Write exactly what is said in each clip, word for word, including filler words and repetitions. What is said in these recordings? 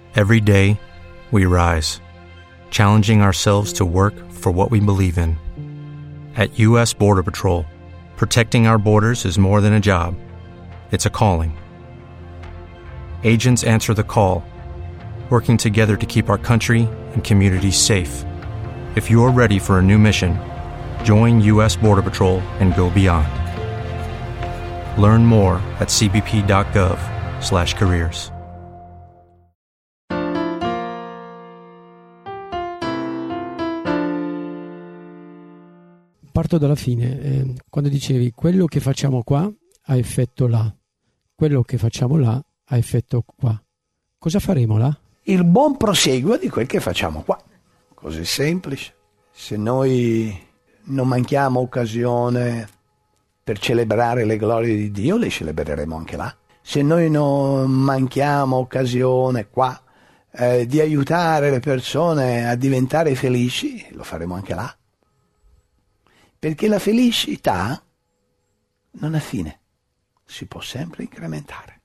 Every day, we rise, challenging ourselves to work for what we believe in. At U S Border Patrol, protecting our borders is more than a job. It's a calling. Agents answer the call, working together to keep our country and communities safe. If you are ready for a new mission, join U S Border Patrol and go beyond. Learn more at c b p dot gov slash careers. Parto dalla fine, eh, quando dicevi quello che facciamo qua ha effetto là, quello che facciamo là ha effetto qua. Cosa faremo là? Il buon proseguo di quel che facciamo qua. Così semplice. Se noi non manchiamo occasione per celebrare le glorie di Dio, le celebreremo anche là. Se noi non manchiamo occasione qua eh, di aiutare le persone a diventare felici, lo faremo anche là. Perché la felicità non ha fine, si può sempre incrementare.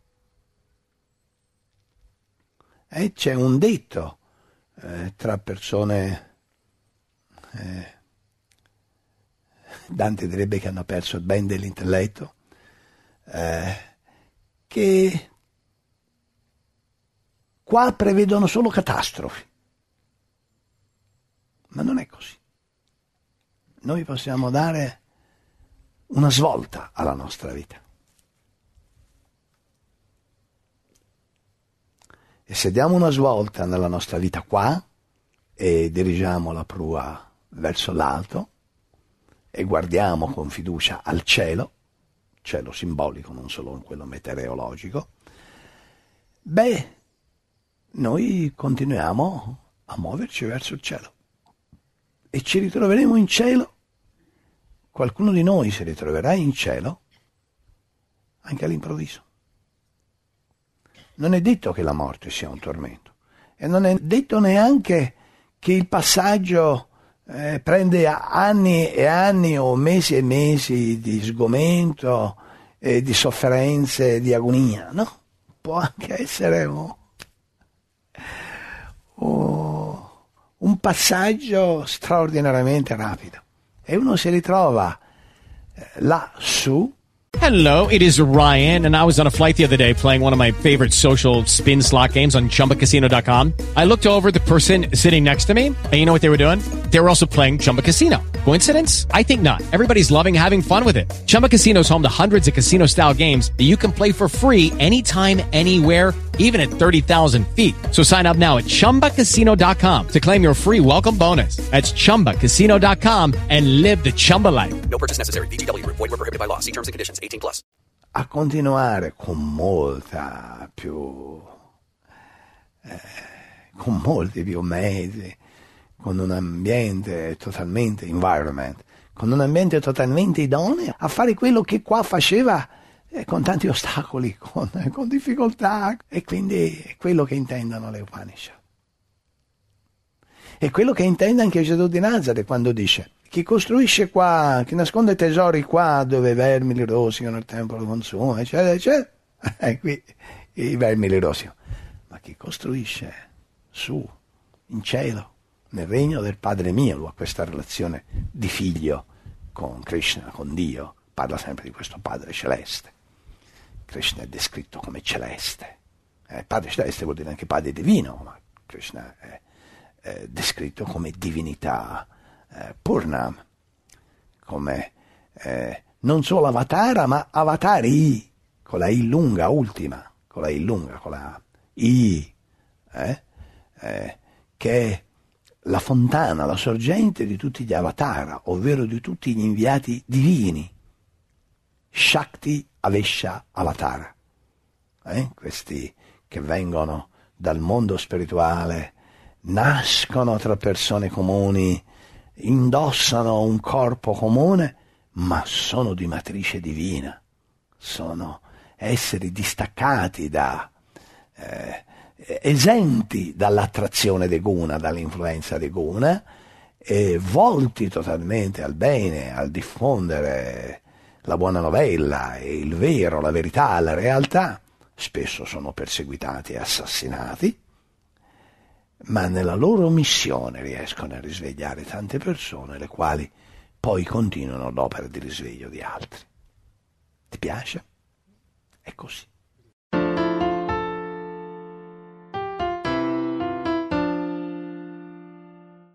E c'è un detto eh, tra persone, eh, Dante direbbe che hanno perso il ben dell'intelletto, eh, che qua prevedono solo catastrofi, ma non è così. Noi possiamo dare una svolta alla nostra vita. E se diamo una svolta nella nostra vita qua e dirigiamo la prua verso l'alto e guardiamo con fiducia al cielo, cielo simbolico, non solo quello meteorologico, beh, noi continuiamo a muoverci verso il cielo e ci ritroveremo in cielo. Qualcuno di noi si ritroverà in cielo anche all'improvviso. Non è detto che la morte sia un tormento e non è detto neanche che il passaggio eh, prende anni e anni o mesi e mesi di sgomento, eh, di sofferenze, di agonia. No, può anche essere oh, oh, un passaggio straordinariamente rapido. E uno si ritrova eh, là su. Hello, it is Ryan, and I was on a flight the other day playing one of my favorite social spin slot games on chumba casino dot com. I looked over at the person sitting next to me, and you know what they were doing? They were also playing Chumba Casino. Coincidence? I think not. Everybody's loving having fun with it. Chumba Casino is home to hundreds of casino-style games that you can play for free anytime, anywhere, even at thirty thousand feet. So sign up now at chumba casino dot com to claim your free welcome bonus. That's chumba casino dot com and live the Chumba life. No purchase necessary. V G W. Void where prohibited by law. See terms and conditions. eighteen plus. A continuare con molta più... Eh, con molti più mezzi, con un ambiente totalmente environment, con un ambiente totalmente idoneo a fare quello che qua faceva eh, con tanti ostacoli, con, eh, con difficoltà, e quindi è quello che intendono le Upanishad. È quello che intende anche Gesù di Nazareth quando dice: chi costruisce qua, chi nasconde tesori qua dove i vermi li rosicano, il tempo lo consuma, eccetera, eccetera, e qui i vermi li rosicano. Ma chi costruisce su, in cielo, nel regno del Padre mio, lui ha questa relazione di figlio con Krishna, con Dio, parla sempre di questo Padre celeste. Krishna è descritto come celeste. Eh, padre celeste vuol dire anche Padre divino, ma Krishna è, è descritto come divinità eh, Purnam, come eh, non solo Avatara, ma Avatari, con la I lunga, ultima, con la I lunga, con la I, eh, eh, che è la fontana, la sorgente di tutti gli avatara, ovvero di tutti gli inviati divini. Shakti Avesha Avatara, eh? Questi che vengono dal mondo spirituale, nascono tra persone comuni, indossano un corpo comune, ma sono di matrice divina, sono esseri distaccati da... Eh, esenti dall'attrazione dei guna, dall'influenza dei guna, e volti totalmente al bene, al diffondere la buona novella, il vero, la verità, la realtà. Spesso sono perseguitati e assassinati, ma nella loro missione riescono a risvegliare tante persone, le quali poi continuano l'opera di risveglio di altri. Ti piace? È così.